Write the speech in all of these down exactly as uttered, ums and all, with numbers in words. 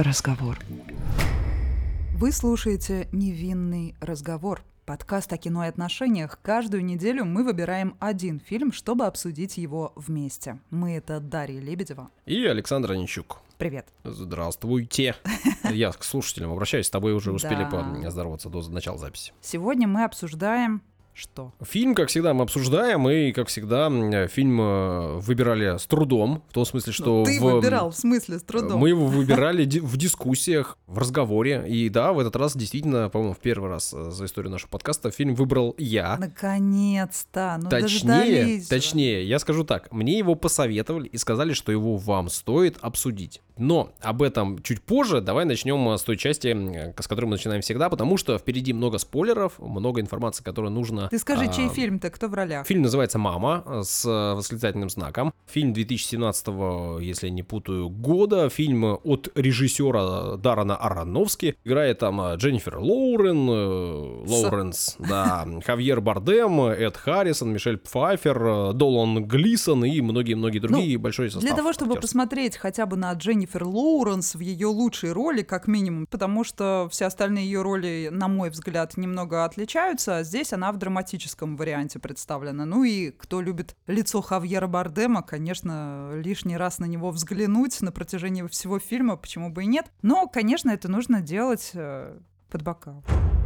разговор. Вы слушаете «Невинный разговор». Подкаст о кино и отношениях. Каждую неделю мы выбираем один фильм, чтобы обсудить его вместе. Мы — это Дарья Лебедева и Александр Онищук. Привет. Здравствуйте. Я к слушателям обращаюсь, с тобой уже успели поздороваться до начала записи. Сегодня мы обсуждаем... Что? Фильм, как всегда, мы обсуждаем, и, как всегда, фильм выбирали с трудом, в том смысле, что... Ну, ты в... выбирал, в смысле, с трудом. Мы его выбирали в дискуссиях, в разговоре, и да, в этот раз действительно, по-моему, в первый раз за историю нашего подкаста фильм выбрал я. Наконец-то, ну точнее, дождались. Точнее, я скажу так, мне его посоветовали и сказали, что его вам стоит обсудить. Но об этом чуть позже. Давай начнем с той части, с которой мы начинаем всегда, потому что впереди много спойлеров, много информации, которую нужно... Ты скажи, а... чей фильм-то, кто в ролях? Фильм называется «Мама» с восклицательным знаком. Фильм две тысячи семнадцатого, если я не путаю, года. Фильм от режиссера Даррена Аронофски. Играет там Дженнифер Лоурен, Лоуренс, да, Хавьер Бардем, Эд Харрисон, Мишель Пфайффер, Долан Глисон и многие-многие другие. Ну, большой состав. Для того, чтобы актерский. посмотреть хотя бы на Дженнифер Лоуренс в ее лучшей роли, как минимум, потому что все остальные ее роли, на мой взгляд, немного отличаются, а здесь она в драматическом варианте представлена. Ну и кто любит лицо Хавьера Бардема, конечно, лишний раз на него взглянуть на протяжении всего фильма, почему бы и нет. Но, конечно, это нужно делать э, под бокал.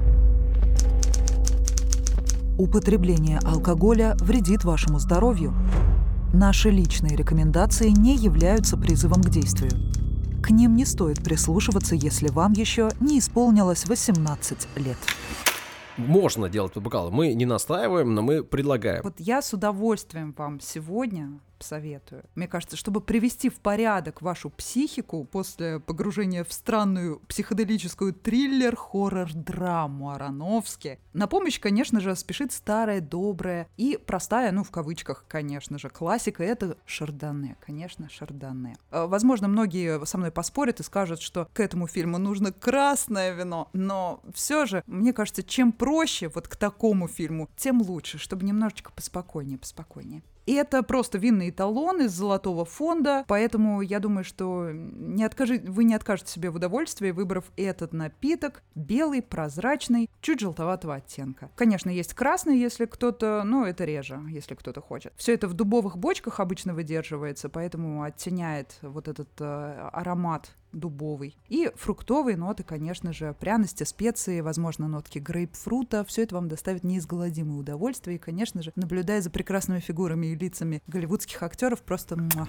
Употребление алкоголя вредит вашему здоровью. Наши личные рекомендации не являются призывом к действию. К ним не стоит прислушиваться, если вам еще не исполнилось восемнадцать лет. Можно делать под бокал. Мы не настаиваем, но мы предлагаем. Вот я с удовольствием вам сегодня советую. Мне кажется, чтобы привести в порядок вашу психику после погружения в странную психоделическую триллер-хоррор-драму Аронофски, на помощь, конечно же, спешит старая, добрая и простая, ну, в кавычках, конечно же, классика — это шардоне. Конечно, шардоне. Возможно, многие со мной поспорят и скажут, что к этому фильму нужно красное вино, но все же, мне кажется, чем проще вот к такому фильму, тем лучше, чтобы немножечко поспокойнее, поспокойнее. И это просто винный эталон из золотого фонда, поэтому я думаю, что не откажи, вы не откажете себе в удовольствии, выбрав этот напиток, белый, прозрачный, чуть желтоватого оттенка. Конечно, есть красный, если кто-то, ну, это реже, если кто-то хочет. Все это в дубовых бочках обычно выдерживается, поэтому оттеняет вот этот э, аромат дубовый. И фруктовые ноты, конечно же, пряности, специи, возможно, нотки грейпфрута. Все это вам доставит неизгладимое удовольствие. И, конечно же, наблюдая за прекрасными фигурами и лицами голливудских актеров, просто муа.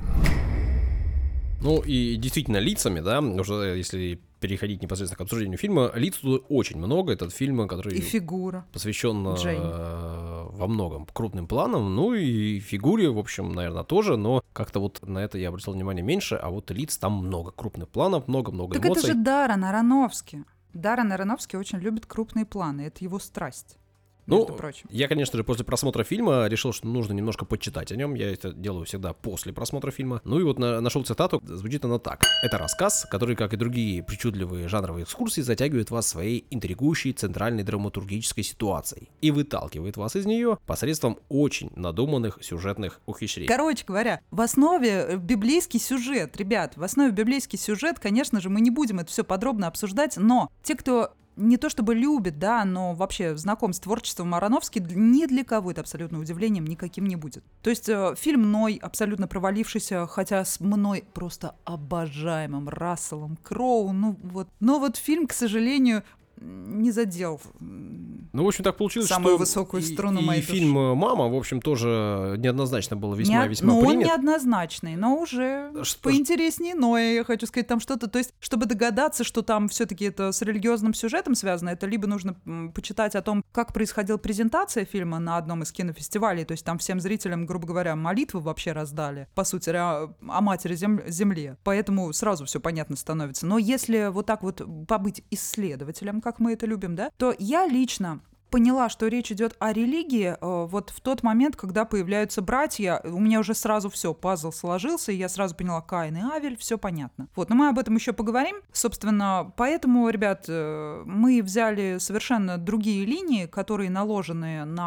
Ну и действительно лицами, да, уже если переходить непосредственно к обсуждению фильма, лиц тут очень много. Этот фильм, который и фигура. посвящен э, во многом крупным планам, ну и фигуре, в общем, наверное, тоже, но как-то вот на это я обратил внимание меньше, а вот лиц там много крупных планов, много-много так эмоций. Так это же Даррен Аронофски. Даррен Аронофски очень любит крупные планы, это его страсть. Ну, я, конечно же, после просмотра фильма решил, что нужно немножко почитать о нем. Я это делаю всегда после просмотра фильма. Ну и вот на, нашел цитату, звучит она так. Это рассказ, который, как и другие причудливые жанровые экскурсии, затягивает вас своей интригующей центральной драматургической ситуацией и выталкивает вас из нее посредством очень надуманных сюжетных ухищрений. Короче говоря, в основе библейский сюжет, ребят, в основе библейский сюжет, конечно же, мы не будем это все подробно обсуждать, но те, кто... не то чтобы любит, да, но вообще знаком с творчеством Аронофски, ни для кого это абсолютно удивлением никаким не будет. То есть э, фильм мной абсолютно провалившийся, хотя с мной просто обожаемым Расселом Кроу, ну вот. Но вот фильм, к сожалению, не задел. Ну, в общем, так получилось, самую что высокую струну и, моей и души. фильм «Мама», в общем, тоже неоднозначно был весьма-весьма ну, принят. он неоднозначный, но уже что поинтереснее, но я хочу сказать, там что-то, то есть, чтобы догадаться, что там все-таки это с религиозным сюжетом связано, это либо нужно м, почитать о том, как происходила презентация фильма на одном из кинофестивалей, то есть там всем зрителям, грубо говоря, молитвы вообще раздали, по сути, о, о матери зем, земле, поэтому сразу все понятно становится. Но если вот так вот побыть исследователем, как мы это любим, да, то я лично поняла, что речь идет о религии вот в тот момент, когда появляются братья. У меня уже сразу все, пазл сложился, и я сразу поняла, Каин и Авель, все понятно. Вот, но мы об этом еще поговорим. Собственно, поэтому, ребят, мы взяли совершенно другие линии, которые наложены на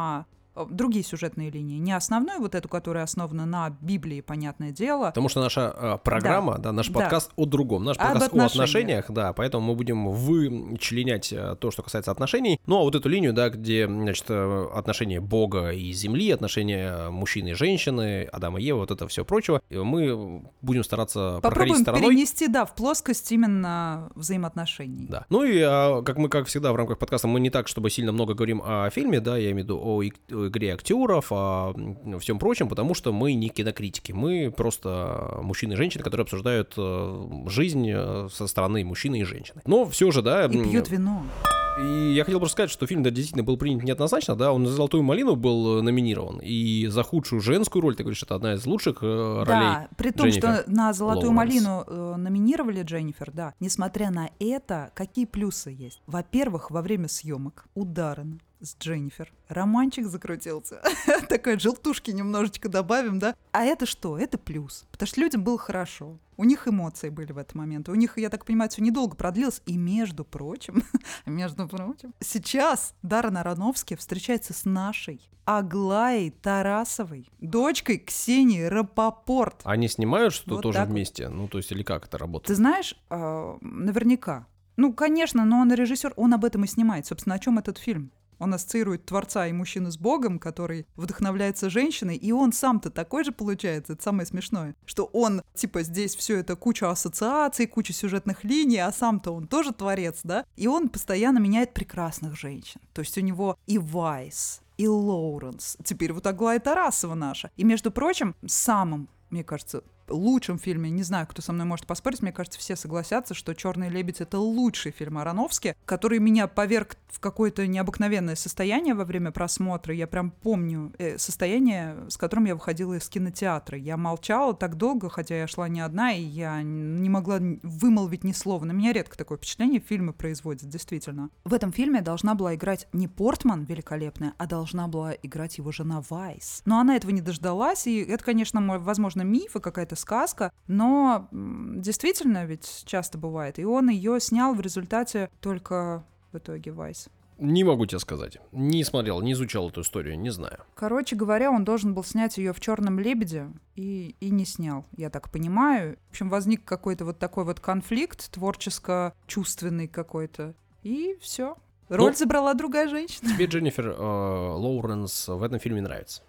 другие сюжетные линии, не основную вот эту, которая основана на Библии, понятное дело. Потому что наша э, программа, да, да наш подкаст да. о другом, наш подкаст отношениях. о отношениях, да, поэтому мы будем вычленять то, что касается отношений. Ну, а вот эту линию, да, где, значит, отношения Бога и земли, отношения мужчины и женщины, Адама и Евы, вот это все прочего, мы будем стараться Попробуем проходить стороной. перенести, да, в плоскость именно взаимоотношений. Да. Ну и, а, как мы, как всегда, в рамках подкаста, мы не так, чтобы сильно много говорим о фильме, да, я имею в виду о, о игре актеров, о всем прочем, потому что мы не кинокритики, мы просто мужчины и женщины, которые обсуждают жизнь со стороны мужчины и женщины. Но все же, да... И пьют вино. И я хотел просто сказать, что фильм, да, действительно был принят неоднозначно, да, он за «Золотую малину» был номинирован, и за худшую женскую роль, ты говоришь, это одна из лучших э, ролей. Да, при том, Дженнифер что на «Золотую Лоуренс. малину» э, номинировали Дженнифер, да. Несмотря на это, какие плюсы есть? Во-первых, во время съемок у Даррена с Дженнифер романчик закрутился. Такой желтушки немножечко добавим, да? А это что? Это плюс. Потому что людям было хорошо. У них эмоции были в этот момент. У них, я так понимаю, все недолго продлилось. И между прочим, между прочим, сейчас Даррен Аронофски встречается с нашей Аглаей Тарасовой, дочкой Ксении Рапопорт. Они снимают что-то Вот тоже так вместе? Ну, то есть, или как это работает? Ты знаешь, э, наверняка. Ну, конечно, но он режиссер, он об этом и снимает. Собственно, о чем этот фильм? Он ассоциирует творца и мужчину с Богом, который вдохновляется женщиной, и он сам-то такой же получается, это самое смешное, что он, типа, здесь все это куча ассоциаций, куча сюжетных линий, а сам-то он тоже творец, да? И он постоянно меняет прекрасных женщин. То есть у него и Вайс, и Лоуренс, теперь вот Аглая Тарасова наша. И, между прочим, самым, мне кажется, лучшем фильме, не знаю, кто со мной может поспорить, мне кажется, все согласятся, что «Черный лебедь» — это лучший фильм Аронофски, который меня поверг в какое-то необыкновенное состояние во время просмотра. Я прям помню э, состояние, с которым я выходила из кинотеатра. Я молчала так долго, хотя я шла не одна, и я не могла вымолвить ни слова. На меня редко такое впечатление фильмы производят, действительно. В этом фильме должна была играть не Портман великолепная, а должна была играть его жена Вайс. Но она этого не дождалась, и это, конечно, мой, возможно, миф и какая-то сказка, но действительно ведь часто бывает. И он ее снял в результате только в итоге Вайс. Не могу тебе сказать. Не смотрел, не изучал эту историю, не знаю. Короче говоря, он должен был снять ее в «Черном лебеде» и, и не снял, я так понимаю. В общем, возник какой-то вот такой вот конфликт творческо-чувственный какой-то. И все. Роль ну, забрала другая женщина. Тебе Дженнифер э, Лоуренс в этом фильме нравится?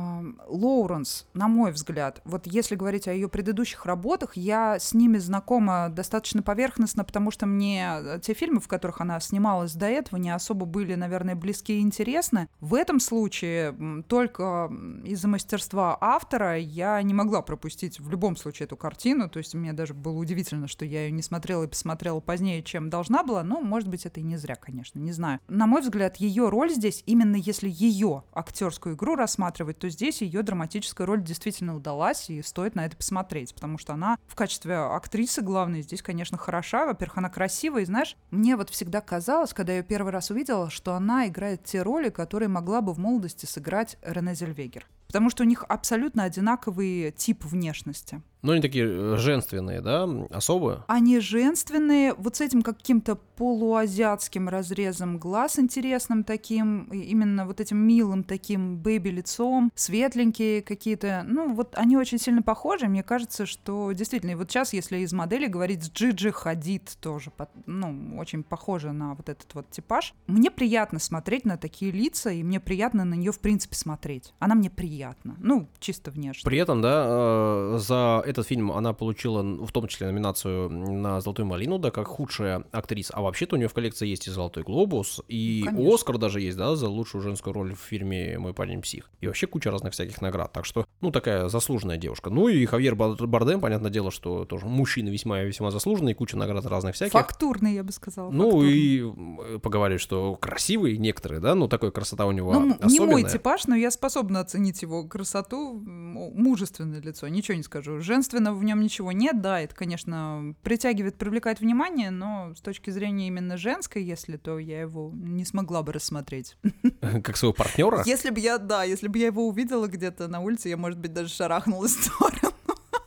Лоуренс, на мой взгляд, вот если говорить о ее предыдущих работах, я с ними знакома достаточно поверхностно, потому что мне те фильмы, в которых она снималась до этого, не особо были, наверное, близки и интересны. В этом случае только из-за мастерства автора я не могла пропустить в любом случае эту картину, то есть мне даже было удивительно, что я ее не смотрела и посмотрела позднее, чем должна была, но, может быть, это и не зря, конечно, не знаю. На мой взгляд, ее роль здесь, именно если ее актерскую игру рассматривать, то здесь ее драматическая роль действительно удалась, и стоит на это посмотреть, потому что она в качестве актрисы главной здесь, конечно, хороша. Во-первых, она красивая, и, знаешь, мне вот всегда казалось, когда я ее первый раз увидела, что она играет те роли, которые могла бы в молодости сыграть Рене Зельвегер. Потому что у них абсолютно одинаковый тип внешности. Но они такие женственные, да, особые? Они женственные, вот с этим каким-то полуазиатским разрезом глаз интересным таким, именно вот этим милым таким бэби-лицом, светленькие какие-то, ну вот они очень сильно похожи, мне кажется, что действительно, и вот сейчас, если из моделей говорить, с Джиджи Хадид тоже, ну, очень похожа на вот этот вот типаж, мне приятно смотреть на такие лица, и мне приятно на нее в принципе смотреть. Она мне приятна, ну, чисто внешне. При этом, да, за этот фильм она получила в том числе номинацию на «Золотую малину», да, как худшая актриса. А вообще-то у нее в коллекции есть и «Золотой глобус», и Конечно. «Оскар» даже есть, да, за лучшую женскую роль в фильме «Мой парень псих». И вообще куча разных всяких наград. Так что, ну, такая заслуженная девушка. Ну и Хавьер Бардем, понятное дело, что тоже мужчина весьма-весьма заслуженный, куча наград разных всяких. Фактурный, я бы сказала. Ну фактурный. И поговорили, что красивый некоторые, да, ну такая красота у него ну, особенная. Не мой типаж, но я способна оценить его красоту, мужественное лицо, ничего не скажу. Женственного в нем ничего нет, да, это, конечно, притягивает, привлекает внимание, но с точки зрения именно женской, если, то я его не смогла бы рассмотреть. Как своего партнера? Если бы я, да, если бы я его увидела где-то на улице, я, может быть, даже шарахнулась в сторону.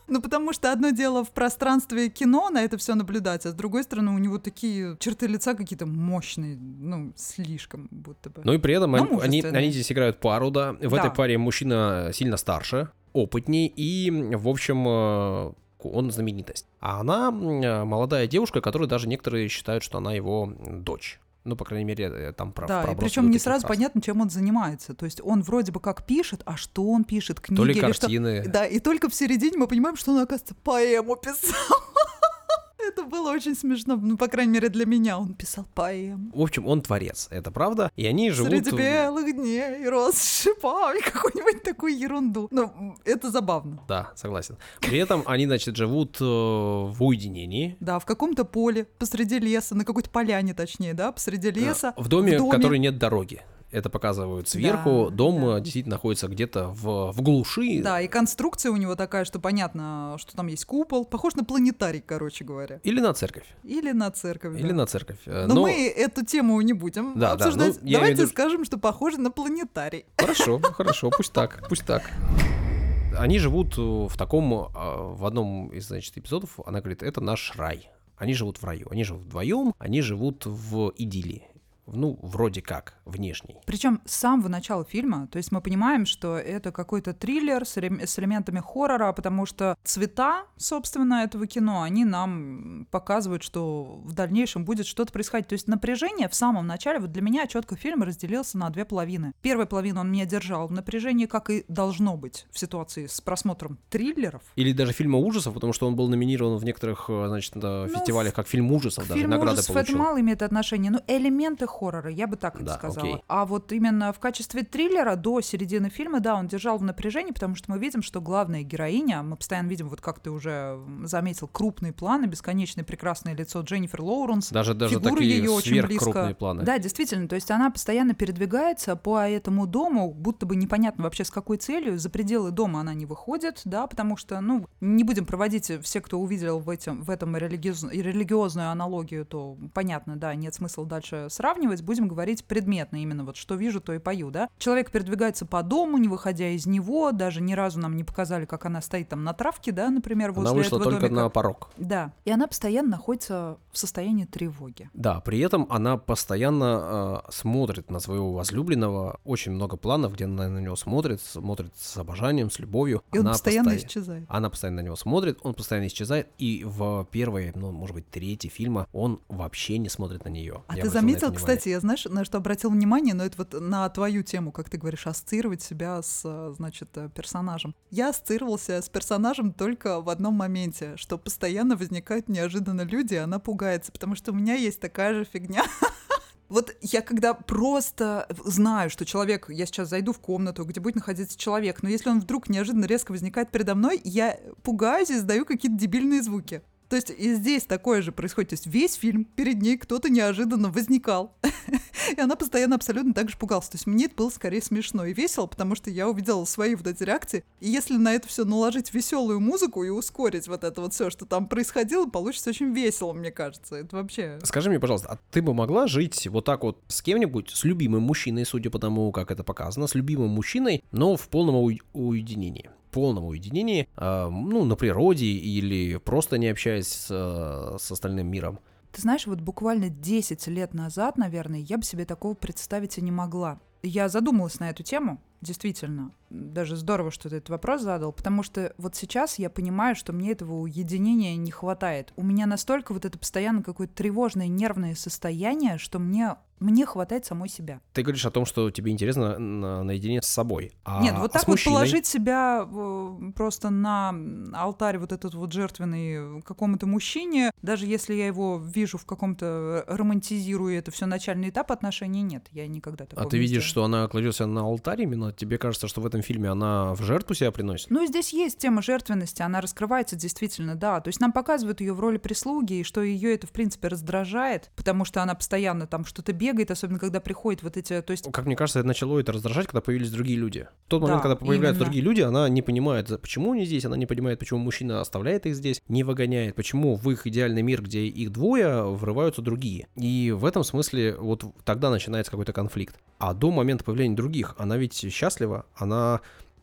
Ну, потому что одно дело в пространстве кино на это все наблюдать, а с другой стороны у него такие черты лица какие-то мощные, ну, слишком будто бы. Ну и при этом Но они, они, мужественные. они здесь играют пару, да. В Да. этой паре мужчина сильно старше, опытней и, в общем, э, он знаменитость. А она э, молодая девушка, которую даже некоторые считают, что она его дочь. Ну, по крайней мере, э, там про Да, и проброс причем идут не таких сразу фраз. понятно, чем он занимается. То есть он вроде бы как пишет, а что он пишет, книги То ли или что? картины. Да, и только в середине мы понимаем, что он, оказывается, поэму писал. Это было очень смешно, ну, по крайней мере, для меня. Он писал поэму. В общем, он творец, это правда. И они живут... Среди белых дней роз с шипами, какую-нибудь такую ерунду. Ну, это забавно. Да, согласен. При этом они, значит, живут э, в уединении. Да, в каком-то поле, посреди леса, на какой-то поляне, точнее, да, посреди леса. В доме, в котором нет дороги. Это показывают сверху. Да, Дом да. действительно находится где-то в, в глуши. Да, и конструкция у него такая, что понятно, что там есть купол. Похож на планетарий, короче говоря. Или на церковь. Или на церковь. Или да. на церковь. Но, Но мы эту тему не будем Да, да, обсуждать. ну, я Давайте имею в виду- скажем, что похоже на планетарий. Хорошо, хорошо, пусть так, пусть так. Они живут в таком, а, в одном из, значит, эпизодов, она говорит, это наш рай. Они живут в раю, они живут вдвоем, они живут в идиллии. Ну, вроде как, внешней. Причем с самого начала фильма, то есть мы понимаем, что это какой-то триллер с, элем- с элементами хоррора, потому что цвета, собственно, этого кино, они нам показывают, что в дальнейшем будет что-то происходить. То есть напряжение в самом начале, вот для меня четко фильм разделился на две половины. Первая половина он меня держал в напряжении, как и должно быть в ситуации с просмотром триллеров. Или даже фильма ужасов, потому что он был номинирован в некоторых, значит, на фестивалях как фильм ужасов, К даже фильму награды ужасов это получил. мало имеет отношения, но элементы хоррора, я бы так это Да, сказала. окей. А вот именно в качестве триллера до середины фильма, да, он держал в напряжении, потому что мы видим, что главная героиня, мы постоянно видим, вот как ты уже заметил, крупные планы, бесконечное прекрасное лицо Дженнифер Лоуренс, Даже, даже фигура такие ее очень близко. сверхкрупные планы. Да, действительно, то есть она постоянно передвигается по этому дому, будто бы непонятно вообще с какой целью, за пределы дома она не выходит, да, потому что, ну, не будем проводить, все, кто увидел в, этим, в этом религиоз, религиозную аналогию, то понятно, да, нет смысла дальше сравнивать, будем говорить предметно именно, вот что вижу, то и пою, да. Человек передвигается по дому, не выходя из него, даже ни разу нам не показали, как она стоит там на травке, да, например, возле Она вышла этого только домика. на порог. Да, и она постоянно находится в состоянии тревоги. Да, при этом она постоянно э, смотрит на своего возлюбленного, очень много планов, где она на него смотрит, смотрит с обожанием, с любовью. И он она постоянно постоя- исчезает. Она постоянно на него смотрит, он постоянно исчезает, и в первой, ну, может быть, третьей фильма он вообще не смотрит на нее. А Я ты обратил на это заметил, внимание. кстати, я знаешь, на что обратил внимание, но это вот на твою тему, как ты говоришь, ассоциировать себя с, значит, персонажем. Я ассоциировался с персонажем только в одном моменте, что постоянно возникают неожиданно люди, и она пугается, потому что у меня есть такая же фигня. Вот я когда просто знаю, что человек, я сейчас зайду в комнату, где будет находиться человек, но если он вдруг неожиданно резко возникает передо мной, я пугаюсь и издаю какие-то дебильные звуки. То есть и здесь такое же происходит. То есть весь фильм перед ней кто-то неожиданно возникал. И она постоянно абсолютно так же пугалась. То есть мне это было скорее смешно и весело, потому что я увидела свои вот эти реакции. И если на это все наложить веселую музыку и ускорить вот это вот все, что там происходило, получится очень весело, мне кажется. Это вообще... Скажи мне, пожалуйста, а ты бы могла жить вот так вот с кем-нибудь, с любимым мужчиной, судя по тому, как это показано, с любимым мужчиной, но в полном уй- уединении? полном уединении, э, ну, на природе или просто не общаясь с, э, с остальным миром. Ты знаешь, вот буквально десять лет назад, наверное, я бы себе такого представить и не могла. Я задумалась на эту тему, действительно. Даже здорово, что ты этот вопрос задал, потому что вот сейчас я понимаю, что мне этого уединения не хватает. У меня настолько вот это постоянно какое-то тревожное, нервное состояние, что мне... Мне хватает самой себя. Ты говоришь о том, что тебе интересно на, наедине с собой. А, Нет, вот а так с вот мужчиной? положить себя э, просто на алтарь вот этот вот жертвенный какому-то мужчине, даже если я его вижу в каком-то, романтизирую это все начальный этап отношений, нет, я никогда такого А ты не видишь, сделаю. что она кладется на алтарь именно? Тебе кажется, что в этом фильме она в жертву себя приносит? Ну, здесь есть тема жертвенности, она раскрывается действительно, да. То есть нам показывают ее в роли прислуги, и что ее это, в принципе, раздражает, потому что она постоянно там что-то бегает, особенно когда приходят вот эти... То есть... Как мне кажется, это начало это раздражать, когда появились другие люди. В тот момент, Да, когда появляются именно. другие люди, она не понимает, за- почему они здесь, она не понимает, почему мужчина оставляет их здесь, не выгоняет, почему в их идеальный мир, где их двое, врываются другие. И в этом смысле вот тогда начинается какой-то конфликт. А до момента появления других она ведь счастлива, она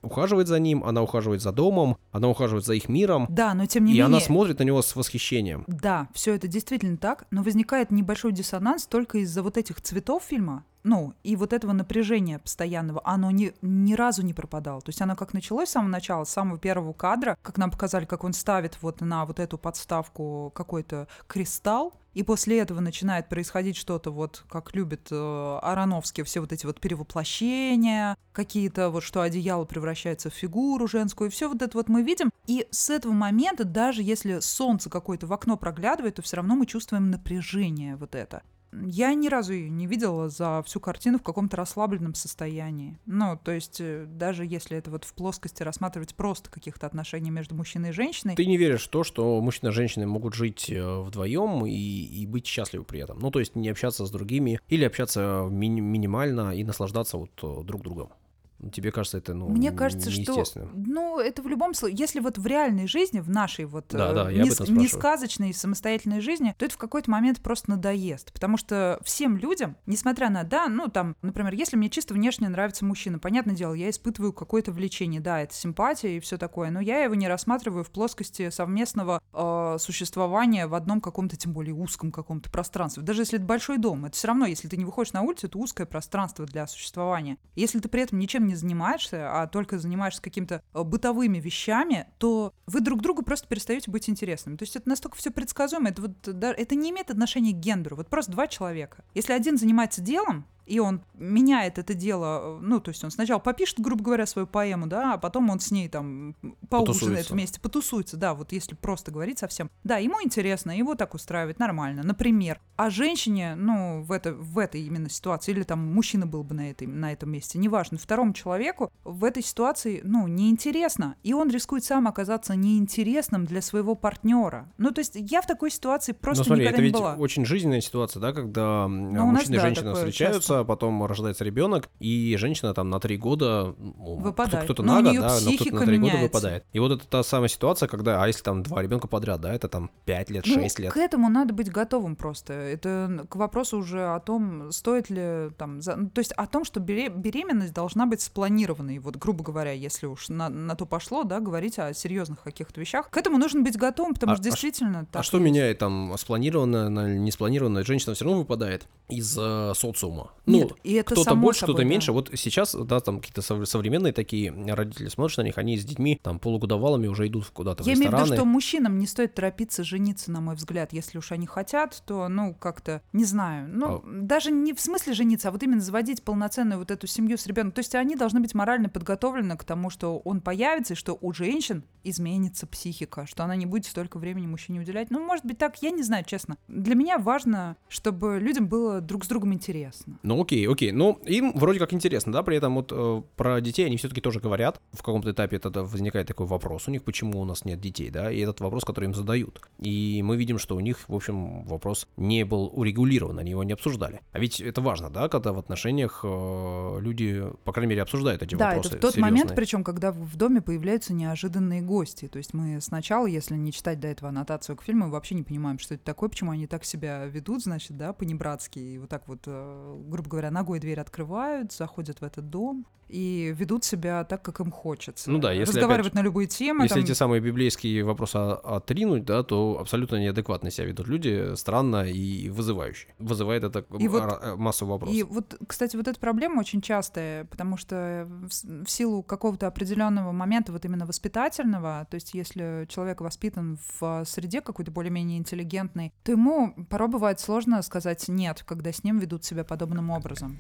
ухаживает за ним, она ухаживает за домом, она ухаживает за их миром. Да, но тем не и менее... она смотрит на него с восхищением. Да, все это действительно так, но возникает небольшой диссонанс только из-за вот этих цветов фильма. Ну, и вот этого напряжения постоянного, оно ни, ни разу не пропадало. То есть оно как началось с самого начала, с самого первого кадра, как нам показали, как он ставит вот на вот эту подставку какой-то кристалл, и после этого начинает происходить что-то, вот как любит э, Аронофский, все вот эти вот перевоплощения, какие-то вот, что одеяло превращается в фигуру женскую, и все вот это вот мы видим. И с этого момента, даже если солнце какое-то в окно проглядывает, то все равно мы чувствуем напряжение вот это. Я ни разу ее не видела за всю картину в каком-то расслабленном состоянии. Ну, то есть, даже если это вот в плоскости рассматривать просто каких-то отношений между мужчиной и женщиной. Ты не веришь в то, что мужчина и женщина могут жить вдвоем и, и быть счастливы при этом? Ну, то есть, не общаться с другими или общаться ми- минимально и наслаждаться вот друг другом? Тебе кажется, это, ну, Мне кажется, что, ну, это в любом случае, если вот в реальной жизни, в нашей вот да, да, э, не, не сказочной, самостоятельной жизни, то это в какой-то момент просто надоест, потому что всем людям, несмотря на, да, ну, там, например, если мне чисто внешне нравится мужчина, понятное дело, я испытываю какое-то влечение, да, это симпатия и все такое, но я его не рассматриваю в плоскости совместного э, существования в одном каком-то, тем более узком каком-то пространстве. Даже если это большой дом, это все равно, если ты не выходишь на улицу, это узкое пространство для существования. Если ты при этом ничем не занимаешься, а только занимаешься какими-то бытовыми вещами, то вы друг другу просто перестаете быть интересными. То есть это настолько все предсказуемо, это, вот, да, это не имеет отношения к гендеру. Вот просто два человека. Если один занимается делом, и он меняет это дело, ну, то есть он сначала попишет, грубо говоря, свою поэму, да, а потом он с ней там поужинает потусуется. Вместе, потусуется, да, вот если просто говорить совсем. Да, ему интересно, его так устраивает нормально, например. А женщине, ну, в, это, в этой именно ситуации, или там мужчина был бы на, этой, на этом месте, неважно, второму человеку в этой ситуации, ну, неинтересно, и он рискует сам оказаться неинтересным для своего партнера. Ну, то есть я в такой ситуации просто Но, смотри, никогда не была. это ведь очень жизненная ситуация, да, когда Но мужчина и да, женщина встречаются, часто. Потом рождается ребенок, и женщина там на три года выпадает. Кто-то но на год, да, но кто-то на три года выпадает. И вот это та самая ситуация, когда, а если там два ребенка подряд, да, это там пять лет, ну, шесть лет. К этому надо быть готовым просто. Это к вопросу уже о том, стоит ли там, за... то есть о том, что беременность должна быть спланированной. Вот, грубо говоря, если уж на, на то пошло, да, говорить о серьезных каких-то вещах. К этому нужно быть готовым, потому а, что действительно. А, так а что есть. меняет там спланированное, не спланированное? Женщина все равно выпадает из э, социума. Нет, ну, и это кто-то больше, собой, кто-то да. меньше. Вот сейчас, да, там какие-то современные такие родители, смотришь на них, они с детьми там полугодовалыми уже идут куда-то в Я рестораны. имею в виду, что мужчинам не стоит торопиться жениться, на мой взгляд. Если уж они хотят, то, ну, как-то, не знаю, ну, а... даже не в смысле жениться, а вот именно заводить полноценную вот эту семью с ребенком. То есть они должны быть морально подготовлены к тому, что он появится, и что у женщин изменится психика, что она не будет столько времени мужчине уделять. Ну, может быть так, я не знаю, честно. Для меня важно, чтобы людям было друг с другом интересно. Ну, окей, окей. Ну, им вроде как интересно, да, при этом вот э, про детей они все-таки тоже говорят. В каком-то этапе это возникает такой вопрос у них, почему у нас нет детей, да, и этот вопрос, который им задают. И мы видим, что у них, в общем, вопрос не был урегулирован, они его не обсуждали. А ведь это важно, да, когда в отношениях э, люди, по крайней мере, обсуждают эти да, вопросы. Да, это в тот серьезные. момент, причем, когда в доме появляются неожиданные гости. То есть мы сначала, если не читать до этого аннотацию к фильму, вообще не понимаем, что это такое, почему они так себя ведут, значит, да, по-небратски, и вот так вот, э, грубо говоря, ногой дверь открывают, заходят в этот дом и ведут себя так, как им хочется. Ну да, если разговаривать опять, на любые темы. Если там... эти самые библейские вопросы отринуть, да, то абсолютно неадекватно себя ведут люди, странно и вызывающе. Вызывает это и вот, массу вопросов. И вот, кстати, вот эта проблема очень частая, потому что в, в силу какого-то определенного момента, вот именно воспитательного, то есть если человек воспитан в среде какой-то более-менее интеллигентной, то ему порой бывает сложно сказать «нет», когда с ним ведут себя подобным образом.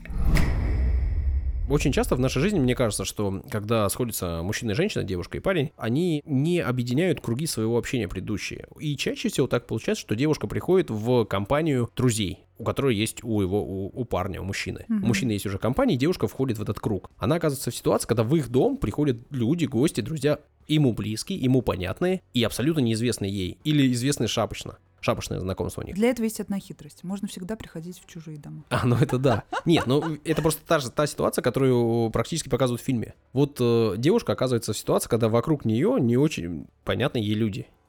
Очень часто в нашей жизни, мне кажется, что когда сходятся мужчина и женщина, девушка и парень, они не объединяют круги своего общения предыдущие. И чаще всего так получается, что девушка приходит в компанию друзей, у которой есть у его, у, у парня, у мужчины. Mm-hmm. У мужчины есть уже компания, и девушка входит в этот круг. Она оказывается в ситуации, когда в их дом приходят люди, гости, друзья, ему близкие, ему понятные и абсолютно неизвестные ей, или известные шапочно. Шапошное знакомство у них. Для этого есть одна хитрость. Можно всегда приходить в чужие дома. А, ну это да. Нет, ну это просто та же та ситуация, которую практически показывают в фильме. Вот э, девушка оказывается в ситуации, когда вокруг нее не очень понятны ей люди.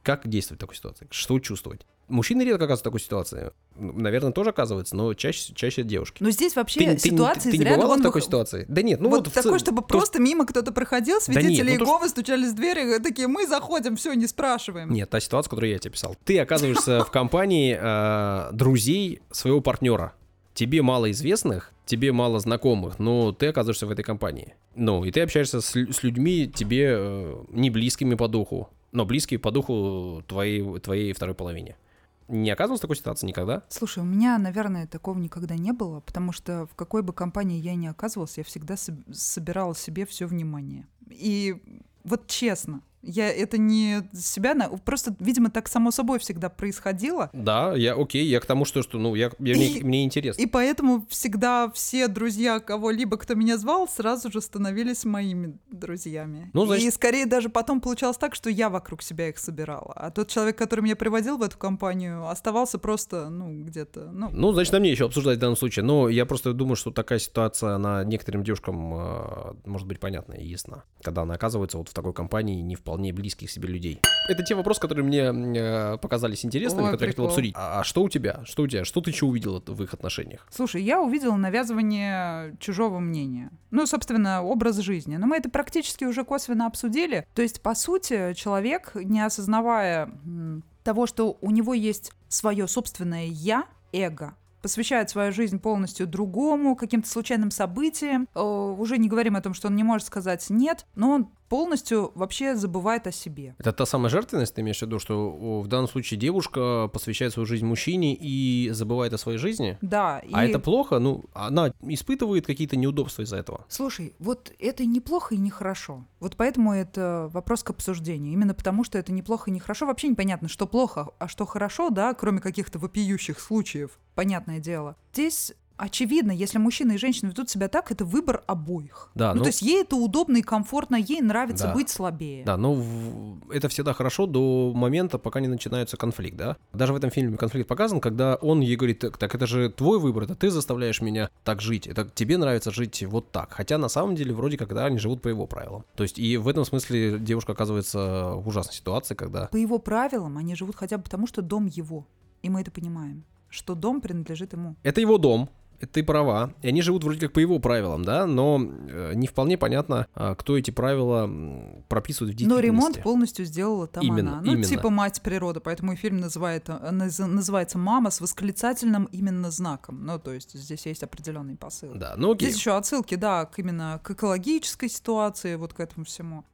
Как действовать в такой ситуации? Что чувствовать? Мужчины редко оказываются в такой ситуации. Наверное, тоже оказываются, но чаще, чаще девушки. Но здесь вообще ты, ситуация ты, из ты, ты ряда не бывала вон в такой вых... ситуации? Да нет, ну вот, вот такой, в... чтобы то... просто мимо кто-то проходил, свидетели да нет, ну, Иеговы то... стучались в двери, такие, мы заходим, все, не спрашиваем. Нет, та ситуация, которую я тебе писал. Ты оказываешься в компании э, друзей своего партнера. Тебе мало известных, тебе мало знакомых, но ты оказываешься в этой компании. Ну, и ты общаешься с, с людьми тебе э, не близкими по духу, но близкие по духу твоей, твоей второй половине. Не оказывалась в такой ситуации никогда? Слушай, у меня, наверное, такого никогда не было, потому что в какой бы компании я ни оказывалась, я всегда соб- собирала себе все внимание. И вот честно, я это не себя, просто, видимо, так само собой всегда происходило. Да, я окей, я к тому, что, что ну, я, я, и, мне, мне интересно. И поэтому всегда все друзья кого-либо, кто меня звал, сразу же становились моими друзьями. Ну, значит... И скорее даже потом получалось так, что я вокруг себя их собирала. А тот человек, который меня приводил в эту компанию, оставался просто, ну, где-то... Ну, ну значит, на мне еще обсуждать в данном случае. Но я просто думаю, что такая ситуация, она некоторым девушкам э, может быть понятна и ясна. Когда она оказывается вот в такой компании не вполне близких себе людей. Это те вопросы, которые мне э, показались интересными, Ой, которые прикол. я хотел обсудить. А, а что у тебя? Что у тебя? Что ты еще увидела в их отношениях? Слушай, я увидела навязывание чужого мнения. Ну, собственно, образ жизни. Но мы это практически уже косвенно обсудили. То есть, по сути, человек, не осознавая м, того, что у него есть свое собственное «я», эго, посвящает свою жизнь полностью другому, каким-то случайным событиям. Э, уже не говорим о том, что он не может сказать «нет», но он полностью вообще забывает о себе. Это та самая жертвенность, ты имеешь в виду, что в данном случае девушка посвящает свою жизнь мужчине и забывает о своей жизни? Да. А и... это плохо? Ну, она испытывает какие-то неудобства из-за этого? Слушай, вот это и неплохо, и нехорошо. Вот поэтому это вопрос к обсуждению. Именно потому, что это неплохо и нехорошо. Вообще непонятно, что плохо, а что хорошо, да, кроме каких-то вопиющих случаев. Понятное дело. Здесь... Очевидно, если мужчина и женщина ведут себя так, это выбор обоих. Да, ну, ну, то есть ей это удобно и комфортно, ей нравится да, быть слабее. Да, но в... это всегда хорошо до момента, пока не начинается конфликт, да? Даже в этом фильме конфликт показан, когда он ей говорит, так, так это же твой выбор, это ты заставляешь меня так жить, это тебе нравится жить вот так. Хотя на самом деле вроде как да, они живут по его правилам. То есть и в этом смысле девушка оказывается в ужасной ситуации, когда... По его правилам они живут хотя бы потому, что дом его. И мы это понимаем, что дом принадлежит ему. Это его дом. Ты права, и они живут вроде как по его правилам, да, но э, не вполне понятно, э, кто эти правила прописывает в действительности. Но ремонт полностью сделала там именно, она. Ну, именно. типа мать природа, поэтому и фильм называет, называется «Мама» с восклицательным именно знаком. Ну, то есть здесь есть определенный посыл. Да, ну окей. Здесь еще отсылки, да, к именно к экологической ситуации, вот к этому всему.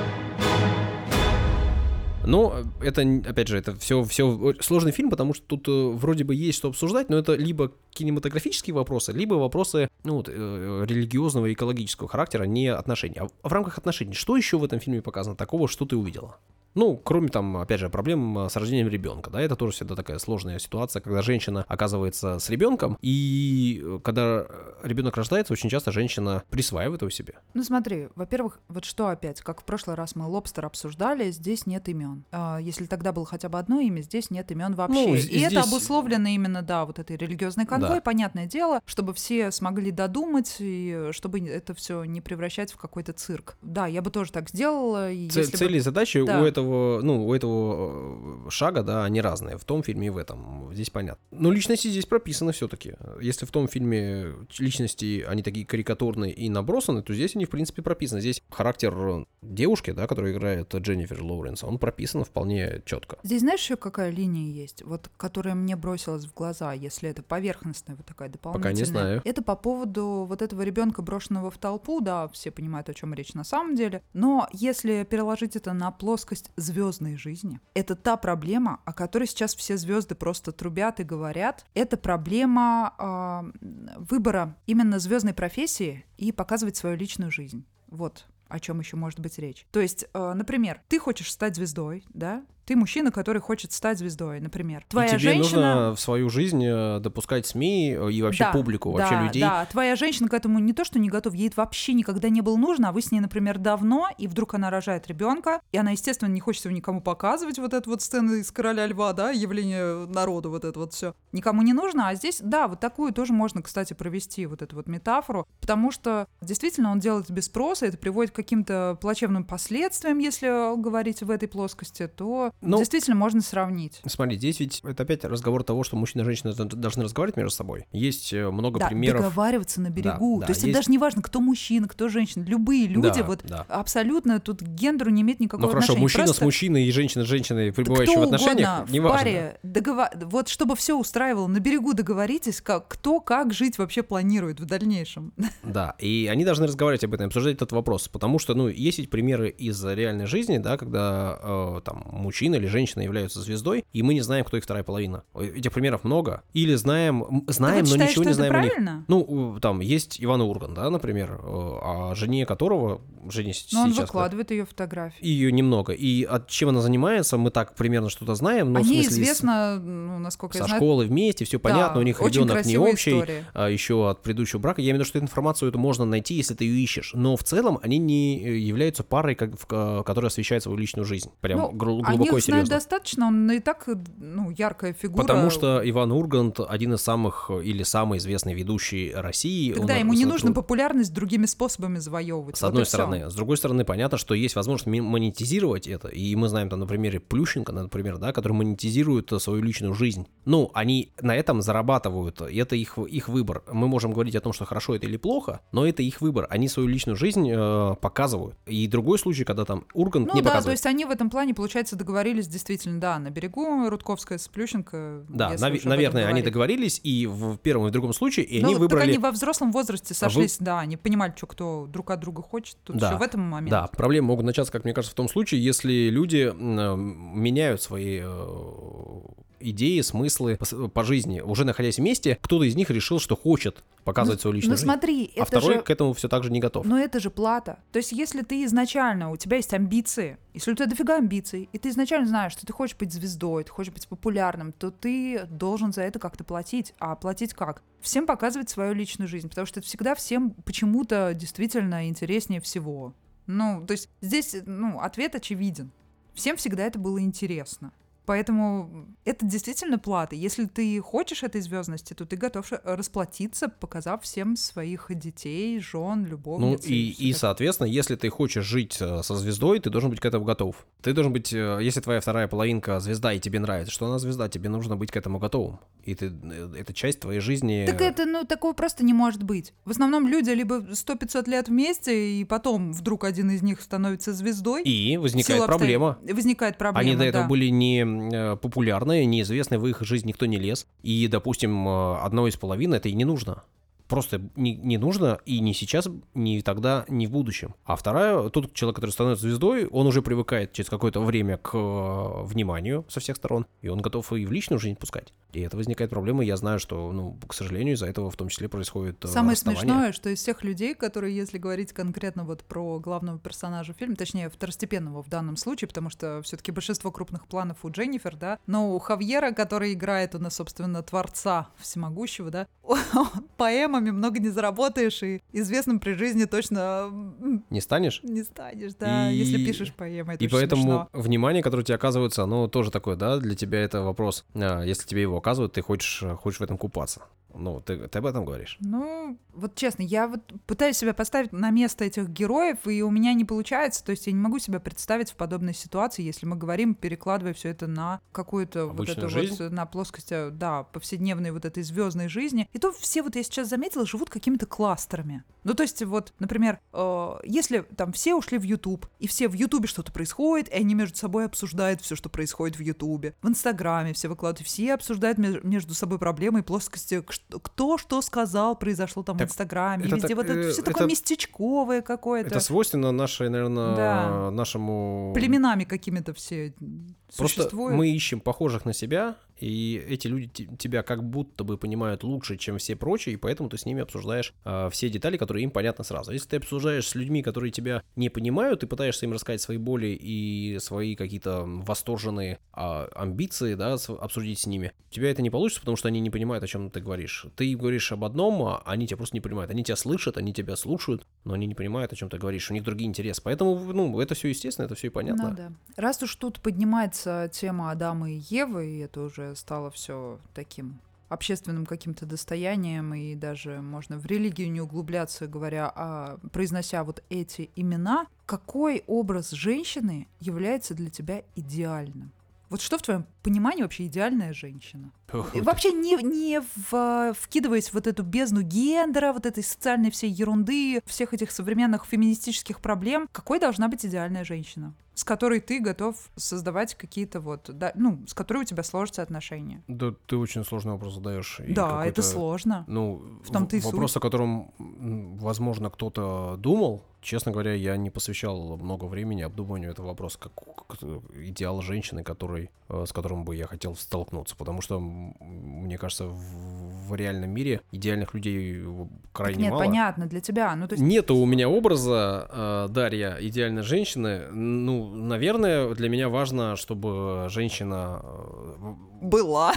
Но это, опять же, это все, все сложный фильм, потому что тут э, вроде бы есть что обсуждать, но это либо кинематографические вопросы, либо вопросы ну, вот, э, религиозного и экологического характера, не отношений. А в рамках отношений, что еще в этом фильме показано такого, что ты увидела? Ну, кроме там, опять же, проблем с рождением ребенка, да, это тоже всегда такая сложная ситуация, когда женщина оказывается с ребенком, и когда ребенок рождается, очень часто женщина присваивает его себе. Ну смотри, во-первых, вот что опять, как в прошлый раз мы «Лобстер» обсуждали, здесь нет имен. А, если тогда было хотя бы одно имя, здесь нет имен вообще. Ну, и здесь... это обусловлено именно, да, вот этой религиозной конвой, да. Понятное дело, чтобы все смогли додумать, и чтобы это все не превращать в какой-то цирк. Да, я бы тоже так сделала. И Ц- если цели бы... и задачи да. у этого ну, у этого шага, да, они разные. В том фильме и в этом. Здесь понятно. Но личности здесь прописаны все-таки. Если в том фильме личности, они такие карикатурные и набросаны, то здесь они, в принципе, прописаны. Здесь характер девушки, да, которая играет Дженнифер Лоуренс, он прописан вполне четко. Здесь знаешь еще какая линия есть, вот, которая мне бросилась в глаза, если это поверхностная вот такая дополнительная? Пока не знаю. Это по поводу вот этого ребенка, брошенного в толпу, да, все понимают, о чем речь на самом деле. Но если переложить это на плоскость звездной жизни. Это та проблема, о которой сейчас все звезды просто трубят и говорят. Это проблема э, выбора именно звездной профессии и показывать свою личную жизнь. Вот о чем еще может быть речь. То есть, э, например, ты хочешь стать звездой, да? Ты мужчина, который хочет стать звездой, например. Твоя и тебе женщина... нужно в свою жизнь допускать СМИ и вообще да, публику, да, вообще людей. Да, твоя женщина к этому не то, что не готова, ей это вообще никогда не было нужно, а вы с ней, например, давно, и вдруг она рожает ребенка, и она, естественно, не хочет его никому показывать, вот эту вот сцену из «Короля льва», да, явление народу, вот это вот все. Никому не нужно, а здесь, да, вот такую тоже можно, кстати, провести, вот эту вот метафору, потому что действительно он делает это без спроса, это приводит к каким-то плачевным последствиям, если говорить в этой плоскости, то что Ну, действительно можно сравнить. Смотри, здесь ведь это опять разговор того, что мужчина и женщина должны разговаривать между собой. Есть э, много Да, примеров. договариваться на берегу. Да, да, То есть, есть- это даже не важно, кто мужчина, кто женщина. Любые люди, Да, вот да. абсолютно тут к гендеру не имеет никакого Ну хорошо, отношения. мужчина Просто с мужчиной и женщина с женщиной, кто пребывающие в отношениях, угодно в неважно. паре договор... Вот чтобы все устраивало, на берегу договоритесь, как, кто как жить вообще планирует в дальнейшем. Да, и они должны разговаривать об этом, обсуждать этот вопрос, потому что, ну, есть ведь примеры из реальной жизни, да, когда э, там мужчина или женщина являются звездой, и мы не знаем, кто их вторая половина. Этих примеров много. Или знаем, м, знаем, Ты вот но считаешь, ничего что не это знаем о них. правильно? Ну, у- там есть Иван Ургант, да, например, э, о жене которого, жене с- Но он сейчас, выкладывает ее фотографии. ее немного. И от чем она занимается, мы так примерно что-то знаем. Но в Они смысле, с- известно, ну, насколько со я знаю, школы вместе, все понятно, да, у них очень ребенок не красивая общий, история. а еще от предыдущего брака. Я имею в виду, что эту информацию эту можно найти, если ты ее ищешь. Но в целом они не являются парой, как, в, ко- которая освещает свою личную жизнь. Прям Ну, гру- о глубоко и них знают серьезно. достаточно, он и так, ну, яркая фигура. Потому что Иван Ургант один из самых или самый известный ведущий России. Тогда Он, ему не с- нужно популярность другими способами завоевывать. С Вот одной и всё. стороны. С другой стороны, понятно, что есть возможность ми- монетизировать это. И мы знаем там на примере Плющенко, например, да, который монетизирует э, свою личную жизнь. Ну, они на этом зарабатывают, и это их, их выбор. Мы можем говорить о том, что хорошо это или плохо, но это их выбор. Они свою личную жизнь э, показывают. И другой случай, когда там Ургант Ну не да, то показывает. есть они в этом плане, получается, договорились действительно, да, на берегу Рудковская с Плющенко. Да, если нав- уж об этом наверное, они говорить. договорились и в первом, и в другом случае, и Ну, они вот выбрали... так они во взрослом возрасте А вы- сошлись, да, они понимали, что кто друг от друга хочет, тут Да, еще в этом момент. Да, проблемы могут начаться, как мне кажется, в том случае, если люди м, меняют свои э, идеи, смыслы по, с- по жизни. Уже находясь вместе, кто-то из них решил, что хочет показывать Ну, свою личную ну жизнь. смотри, А это второй же... к этому все так же не готов. Но это же плата. То есть, если ты изначально, у тебя есть амбиции, если у тебя дофига амбиций, и ты изначально знаешь, что ты хочешь быть звездой, ты хочешь быть популярным, то ты должен за это как-то платить. А платить как? Всем показывать свою личную жизнь, потому что это всегда всем почему-то действительно интереснее всего. Ну, то есть здесь, ну, ответ очевиден. Всем всегда это было интересно. Поэтому это действительно плата. Если ты хочешь этой звездности, то ты готов расплатиться, показав всем своих детей, жен, Ну любовниц. и, всё и, такое. соответственно, если ты хочешь жить э, со звездой, ты должен быть к этому готов. Ты должен быть, э, если твоя вторая половинка звезда, и тебе нравится, что она звезда, тебе нужно быть к этому готовым. И ты, э, это часть твоей жизни. Так это, ну, такого просто не может быть. В основном люди либо сто-пятьсот лет вместе, и потом вдруг один из них становится звездой. И в возникает силу проблема. обстоятельств. Возникает проблема, Они до этого да. были не э, популярны, неизвестны, в их жизнь никто не лез. И, допустим, э, одной из половин это и не нужно. Просто не, не нужно и не сейчас, ни тогда, ни в будущем. А вторая, тот человек, который становится звездой, он уже привыкает через какое-то время к э, вниманию со всех сторон, и он готов и в личную жизнь пускать. И это возникает проблема, и я знаю, что, ну, к сожалению, из-за этого в том числе происходит э, Самое расставание. смешное, что из всех людей, которые, если говорить конкретно вот про главного персонажа фильма, точнее, второстепенного в данном случае, потому что все-таки большинство крупных планов у Дженнифер, да, но у Хавьера, который играет у нас, собственно, творца всемогущего, да, поэмами много не заработаешь, и известным при жизни точно м, Не станешь? не станешь, да, И- если пишешь поэмы. Это И очень поэтому смешно. внимание, которое тебе оказывается, оно тоже такое, да, для тебя это вопрос. А, если тебе его оказывают, ты хочешь, хочешь в этом купаться. Ну, ты, ты об этом говоришь. Ну, вот честно, я вот пытаюсь себя поставить на место этих героев, и у меня не получается. То есть я не могу себя представить в подобной ситуации, если мы говорим, перекладывая все это на какую-то вот Обычную эту жизнь? вот, на плоскость, э, да, повседневной вот этой звездной жизни. И то все, вот я сейчас заметила, живут какими-то кластерами. Ну, то есть вот, например, э, если там все ушли в YouTube, и все в Ютубе что-то происходит, и они между собой обсуждают все, что происходит в Ютубе. В Инстаграме все выкладывают, все обсуждают меж- между собой проблемы и плоскости, к- что- кто что сказал, произошло там Так в Инстаграме, это и везде так, вот это э, все это- такое местечковое какое-то. Это свойственно нашей, наверное, Да. нашему... Племенами какими-то все Просто существуют. мы ищем похожих на себя, и эти люди те- тебя как будто бы понимают лучше, чем все прочие, и поэтому ты с ними обсуждаешь а, все детали, которые им понятны сразу. Если ты обсуждаешь с людьми, которые тебя не понимают, ты пытаешься им рассказать свои боли и свои какие-то восторженные а, амбиции, да, с- обсудить с ними, у тебя это не получится, потому что они не понимают, о чем ты говоришь. Ты им говоришь об одном, а они тебя просто не понимают. Они тебя слышат, они тебя слушают, но они не понимают, о чем ты говоришь. У них другие интересы. Поэтому, ну, это все естественно, это все и понятно. Ну да. Раз уж тут поднимается тема Адама и Евы, и это уже стало все таким общественным каким-то достоянием, и даже можно в религию не углубляться, говоря, а произнося вот эти имена, какой образ женщины является для тебя идеальным? Вот что в твоем понимании вообще идеальная женщина? Ох, И вообще не, не в, вкидываясь в вот эту бездну гендера, вот этой социальной всей ерунды, всех этих современных феминистических проблем, какой должна быть идеальная женщина, с которой ты готов создавать какие-то вот, да, ну, с которой у тебя сложатся отношения? Да, ты очень сложный вопрос задаешь. И Да, какой-то, это сложно. Ну, В том-то и вопрос, суть. о котором, м, возможно, кто-то думал. Честно говоря, я не посвящал много времени обдумыванию этого вопроса как, как идеал женщины, который, э, с которым бы я хотел столкнуться. Потому что, м, мне кажется, в, в реальном мире идеальных людей крайне Так нет, мало. понятно, для тебя. Ну, то есть... Нету у меня образа, э, Дарья, идеальной женщины. Ну, наверное, для меня важно, чтобы женщина... э, Была.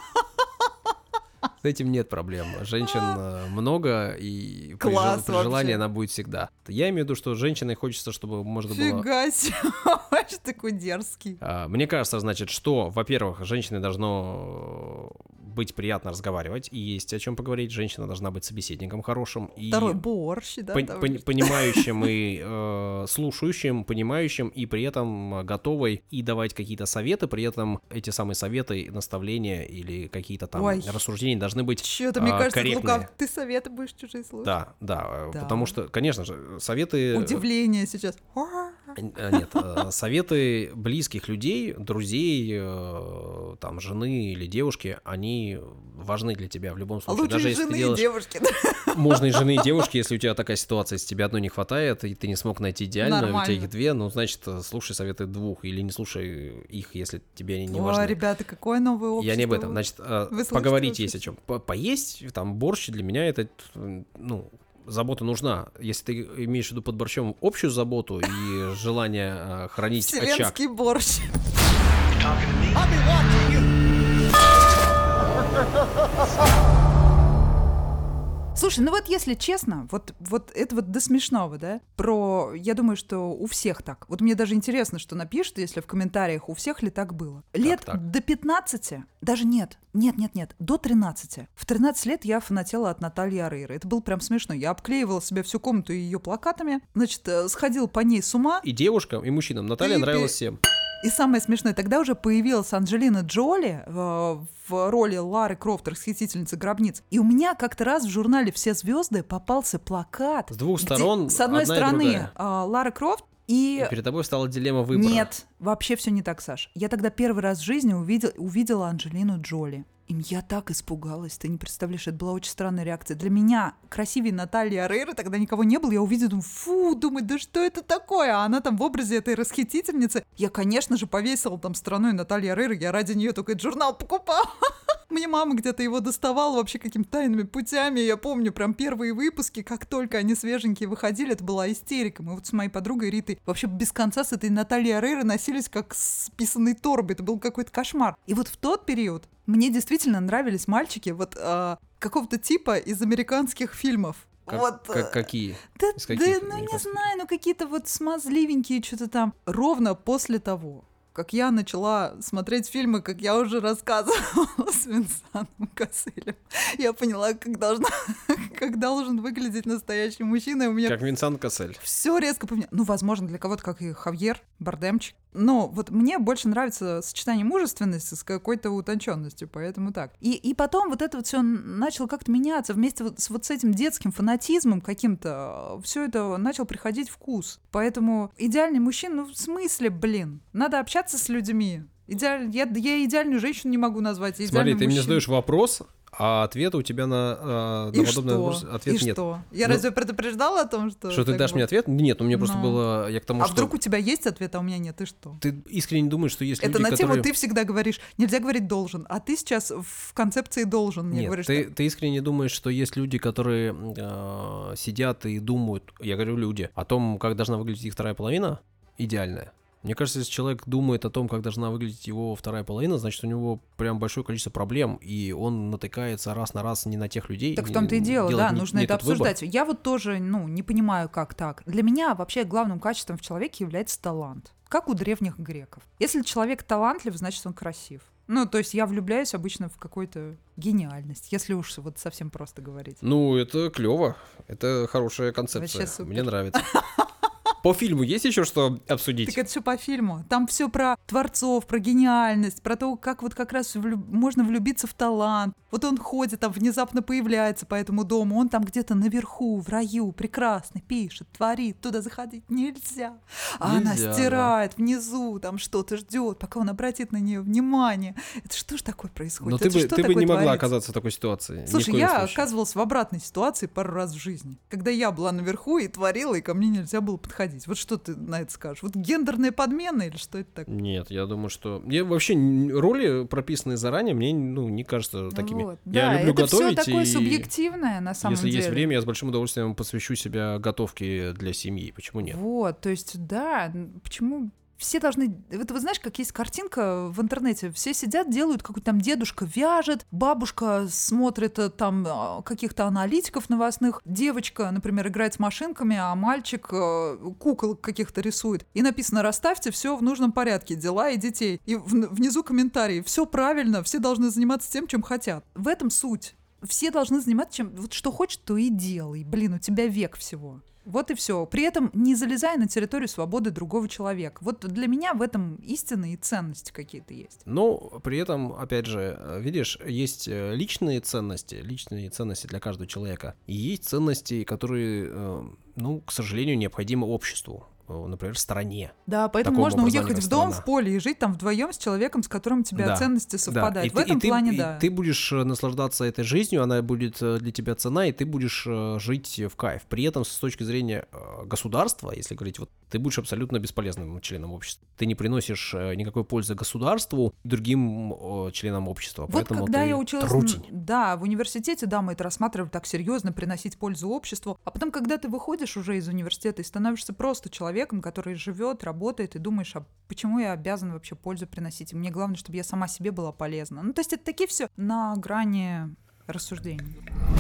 С этим нет проблем. Женщин э, много, и при, Класс жел- при желании вообще. она будет всегда. Я имею в виду, что женщиной хочется, чтобы можно было... Фига себе, вообще такой дерзкий. А, Мне кажется, значит, что, во-первых, женщине должно быть приятно разговаривать, и есть о чем поговорить. Женщина должна быть собеседником хорошим и Второй борщ, да? пон- там пон- есть. понимающим и э, слушающим, понимающим, и при этом готовой и давать какие-то советы, при этом эти самые советы, наставления или какие-то там Ой. рассуждения должны быть Чё-то, мне а, кажется, корректные. Лука, ты советы будешь чужие слушать. Да, да, э, Да. потому что, конечно же, советы... Удивление сейчас. Э, Нет, э, советы близких людей, друзей, э, там, жены или девушки, они важны для тебя в любом А случае. лучше Даже и если жены, ты и делаешь... девушки. Можно и жены, и девушки, если у тебя такая ситуация, если тебе одной не хватает, и ты не смог найти идеальную, у тебя Нормально. их две, ну, значит, э, слушай советы двух, или не слушай их, если тебе они не О, важны. ребята, какое новое общество. Я не об этом. Значит, э, Вы слышите поговорить вообще? есть о чем. По- Поесть, там, борщ для меня это, э, ну, забота нужна. Если ты имеешь в виду под борщом общую заботу и желание э, хранить очаг. Вселенский борщ. Слушай, ну вот если честно, вот, вот это вот до смешного, да, про, я думаю, что у всех так. Вот мне даже интересно, что напишут, если в комментариях, у всех ли так было. Лет так. до пятнадцати, даже нет, нет, нет, нет, до тринадцати. В тринадцать лет я фанатела от Натальи Орейро. Это было прям смешно. Я обклеивала себе всю комнату ее плакатами, значит, э, сходила по ней с ума. И девушкам, и мужчинам. Наталья И- нравилась и- всем. И самое смешное, тогда уже появилась Анджелина Джоли э, в роли Лары Крофт, расхитительницы гробниц. И у меня как-то раз в журнале «Все звезды» попался плакат. С двух где, сторон с одной одна и стороны другая. э, Лара Крофт и... И перед тобой стала дилемма выбора. Нет, вообще все не так, Саш. Я тогда первый раз в жизни увидел, увидела Анджелину Джоли. И я так испугалась, ты не представляешь, это была очень странная реакция. Для меня красивее Натальи Орейро тогда никого не было. Я увидела, думаю, фу, думаю, да что это такое? А она там в образе этой расхитительницы. Я, конечно же, повесила там страной Натальи Орейро. Я ради нее только этот журнал покупала. Мне мама где-то его доставала вообще какими-то тайными путями. Я помню прям первые выпуски, как только они свеженькие выходили, это была истерика. Мы вот с моей подругой Ритой вообще без конца с этой Натальей Орейро носились как с писаной торбой. Это был какой-то кошмар. И вот в тот период мне действительно нравились мальчики вот а, какого-то типа из американских фильмов. Как- вот, как- э, какие? Да, Из да, каких ну не американских? знаю, ну какие-то вот смазливенькие что-то там. Ровно после того, как я начала смотреть фильмы, как я уже рассказывала, с Винсаном Касселем, я поняла, как, должна, как должен выглядеть настоящий мужчина. И у меня Как Винсан Кассель. все резко поменялось. Ну, возможно, для кого-то, как и Хавьер, Бардемчик. Но вот мне больше нравится сочетание мужественности с какой-то утонченностью, поэтому так. И, и потом вот это вот все начало как-то меняться. Вместе вот с, вот с этим детским фанатизмом каким-то все это начал приходить вкус. Поэтому идеальный мужчина, ну, в смысле, блин, надо общаться с людьми. Идеаль... Я, я идеальную женщину не могу назвать. Смотри, идеальным ты мне мужчину. задаешь вопрос, а ответа у тебя на, э, И на подобный что? вопрос ответ И нет. что? Я Ну, разве предупреждала о том, что... Что ты так дашь будет? мне ответ? Нет, ну мне просто Ну. было... Я к тому, А что... вдруг у тебя есть ответ, а у меня нет, и что? Ты искренне думаешь, что есть Это люди, на тему которые... ты всегда говоришь, нельзя говорить должен, а ты сейчас в концепции должен мне Нет, говоришь. ты, что- ты искренне думаешь, что есть люди, которые э, сидят и думают, я говорю люди, о том, как должна выглядеть их вторая половина, идеальная. Мне кажется, если человек думает о том, как должна выглядеть его вторая половина, значит, у него прям большое количество проблем, и он натыкается раз на раз не на тех людей. Так в не- том-то и дело, делает да, не- нужно не это тот выбор. обсуждать. Я вот тоже, ну, не понимаю, как так. Для меня вообще главным качеством в человеке является талант, как у древних греков. Если человек талантлив, значит, он красив. Ну, то есть я влюбляюсь обычно в какую-то гениальность, если уж вот совсем просто говорить. Ну, это клево, это хорошая концепция, Вообще супер. мне нравится. По фильму есть еще что обсудить? Так это все по фильму. Там все про творцов, про гениальность, про то, как вот как раз влюб... можно влюбиться в талант. Вот он ходит, там внезапно появляется по этому дому, он там где-то наверху, в раю, прекрасно пишет, творит, туда заходить нельзя. А Нельзя, она стирает да. внизу, там что-то ждет, пока он обратит на нее внимание. Это что ж такое происходит? Но ты это бы, ты бы не могла творится? оказаться в такой ситуации. Слушай, я случае. оказывалась в обратной ситуации пару раз в жизни, когда я была наверху и творила, и ко мне нельзя было подходить. Вот что ты на это скажешь? Вот гендерная подмена или что это такое? Нет, я думаю, что... Я вообще роли, прописанные заранее, мне ну, не кажется такими. Вот. Я да, люблю это готовить. Все такое и... субъективное на самом Если деле. есть время, я с большим удовольствием посвящу себя готовке для семьи. Почему нет? Вот, то есть, да, почему... Все должны... Вот вы знаешь, как есть картинка в интернете. Все сидят, делают, какой-то там дедушка вяжет, бабушка смотрит там каких-то аналитиков новостных, девочка, например, играет с машинками, а мальчик кукол каких-то рисует. И написано: расставьте все в нужном порядке, дела и детей. И внизу комментарии: все правильно, все должны заниматься тем, чем хотят. В этом суть. Все должны заниматься чем... Вот что хочешь, то и делай. Блин, у тебя век всего. Вот и все. При этом не залезая на территорию свободы другого человека. Вот для меня в этом истины и ценности какие-то есть. Но при этом, опять же, видишь, есть личные ценности, личные ценности для каждого человека. И есть ценности, которые, ну, к сожалению, необходимы обществу. Например, стране. Да, поэтому можно уехать в дом, в поле и жить там вдвоем с человеком, с которым у тебя да, ценности совпадают. Да. В ты, этом и плане, ты, да. И ты будешь наслаждаться этой жизнью, она будет для тебя цена, и ты будешь жить в кайф. При этом, с точки зрения государства, если говорить, вот ты будешь абсолютно бесполезным членом общества. Ты не приносишь никакой пользы государству и другим членам общества. Вот поэтому когда ты я училась, трутень. Да, в университете, да, мы это рассматривали так серьезно, приносить пользу обществу. А потом, когда ты выходишь уже из университета и становишься просто человеком, который живет, работает, и думаешь: а почему я обязан вообще пользу приносить? И мне главное, чтобы я сама себе была полезна. Ну, то есть это такие все на грани рассуждений.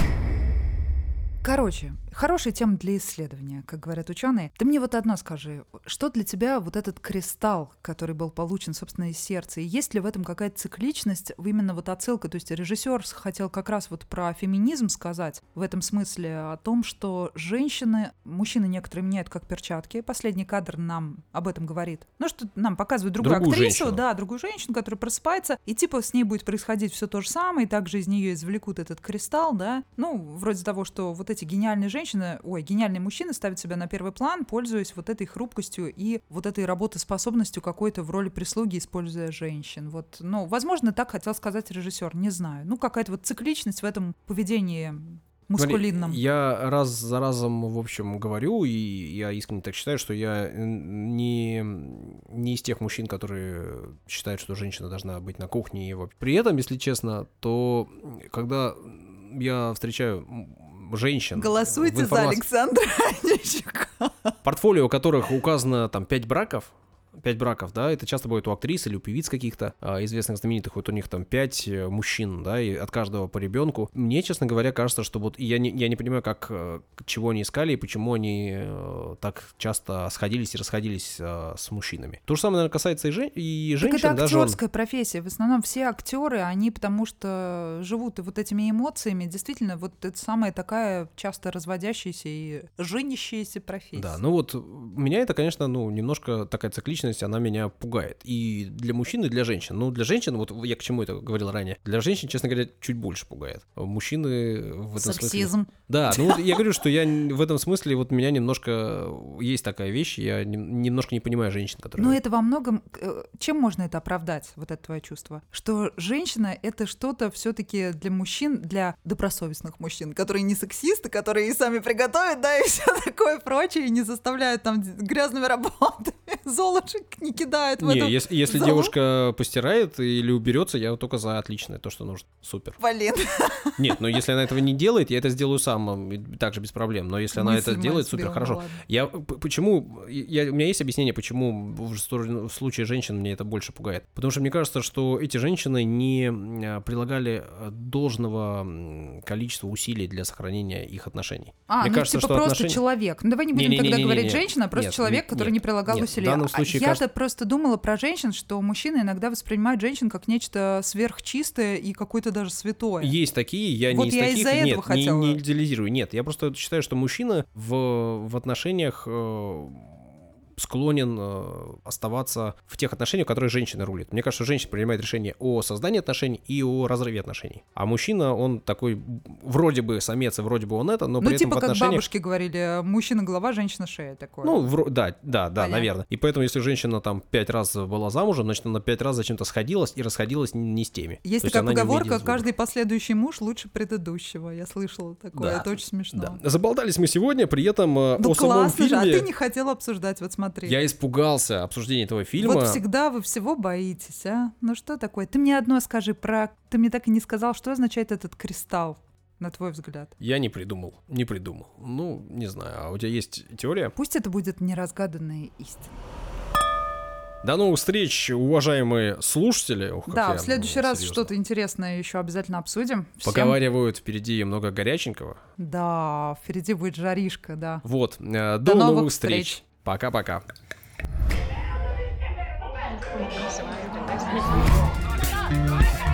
Короче, хорошая тема для исследования, как говорят ученые. Ты мне вот одно скажи, что для тебя вот этот кристалл, который был получен, собственно, из сердца, и есть ли в этом какая-то цикличность, именно вот отсылка, то есть режиссер хотел как раз вот про феминизм сказать, в этом смысле о том, что женщины, мужчины некоторые меняют как перчатки, последний кадр нам об этом говорит, ну что нам показывают другую, другую актрису, женщину. да, другую женщину, которая просыпается, и типа с ней будет происходить все то же самое, и также из нее извлекут этот кристалл, да, ну, вроде того, что вот эти гениальные женщины, ой, гениальные мужчины ставят себя на первый план, пользуясь вот этой хрупкостью и вот этой работоспособностью какой-то в роли прислуги, используя женщин. Вот, ну, возможно, так хотел сказать режиссер, не знаю. Ну, какая-то вот цикличность в этом поведении мускулинном. Я раз за разом, в общем, говорю, и я искренне так считаю, что я не, не из тех мужчин, которые считают, что женщина должна быть на кухне. И при этом, если честно, то когда я встречаю женщин... Голосуйте за Александра Онищука. Портфолио которых указано там пять браков, пять браков, да, это часто бывает у актрис или у певиц каких-то а, известных, знаменитых, вот у них там пять мужчин, да, и от каждого по ребенку. Мне, честно говоря, кажется, что вот я не, я не понимаю, как, чего они искали и почему они э, так часто сходились и расходились э, с мужчинами. То же самое, наверное, касается и, жен, и женщин. Так это актерская да, профессия. В основном все актеры, они потому что живут вот этими эмоциями. Действительно, вот это самая такая часто разводящаяся и женящаяся профессия. Да, ну вот меня это, конечно, ну, немножко такая цикличность, она меня пугает. И для мужчин, и для женщин. Ну, для женщин, вот я к чему это говорил ранее, для женщин, честно говоря, чуть больше пугает. Мужчины в этом Сексизм. смысле... Да, ну вот я говорю, что я в этом смысле, вот меня немножко... Есть такая вещь, я немножко не понимаю женщин, которые... Но это во многом... Чем можно это оправдать, вот это твое чувство? Что женщина — это что-то все-таки для мужчин, для добросовестных мужчин, которые не сексисты, которые и сами приготовят, да, и все такое прочее, и не заставляют там грязными работами, золушек не кидают в не, эту если, если девушка постирает или уберется, я только за, отлично, то, что нужно, супер. Блин. Нет, но если она этого не делает, я это сделаю сам, также без проблем. Но если она это делает, супер, хорошо. Я, почему, я, у меня есть объяснение, почему в, в случае женщин мне это больше пугает. Потому что мне кажется, что эти женщины не прилагали должного количества усилий для сохранения их отношений. А, мне ну кажется, типа что просто отношения... человек. Ну давай не будем не, не, тогда не, не, говорить не, не. женщина, а просто нет, человек, нет, который нет, не прилагал нет, усилий. В данном случае, Я-то кажется... просто думала про женщин, что мужчины иногда воспринимают женщин как нечто сверхчистое и какое-то даже святое. Есть такие, я вот не из я таких, из-за нет, этого хотела... не, не идеализирую. Нет, я просто считаю, что мужчина в, в отношениях... Э, склонен э, оставаться в тех отношениях, в которые женщина рулит. Мне кажется, что женщина принимает решение о создании отношений и о разрыве отношений. А мужчина, он такой, вроде бы самец, и вроде бы он это, но ну, при типа этом в отношениях... как бабушки говорили, мужчина голова, женщина шея такое. Ну, вро... да, да, да, Понятно. наверное. И поэтому, если женщина там пять раз была замужем, значит, она пять раз зачем-то сходилась и расходилась не с теми. Есть То такая она не умеет поговорка, делать выбор. каждый последующий муж лучше предыдущего. Я слышала такое, Да. это очень смешно. Да. Заболтались мы сегодня, при этом э, Ну о самом классно же, а фильме... ты не хотел обсуждать, вот смотри. Я испугался обсуждения этого фильма. Вот всегда вы всего боитесь, а? Ну что такое? Ты мне одно скажи про... Ты мне так и не сказал, что означает этот кристалл, на твой взгляд? Я не придумал, не придумал. Ну, не знаю, а у тебя есть теория? Пусть это будет неразгаданная истина. До новых встреч, уважаемые слушатели. Ох, как Да, я, в следующий ну, раз серьезно. что-то интересное еще обязательно обсудим. Всем- Поговаривают, впереди много горяченького. Да, впереди будет жаришка, да. Вот, э, до, До новых, новых встреч. встреч. Пока-пока. Thank you.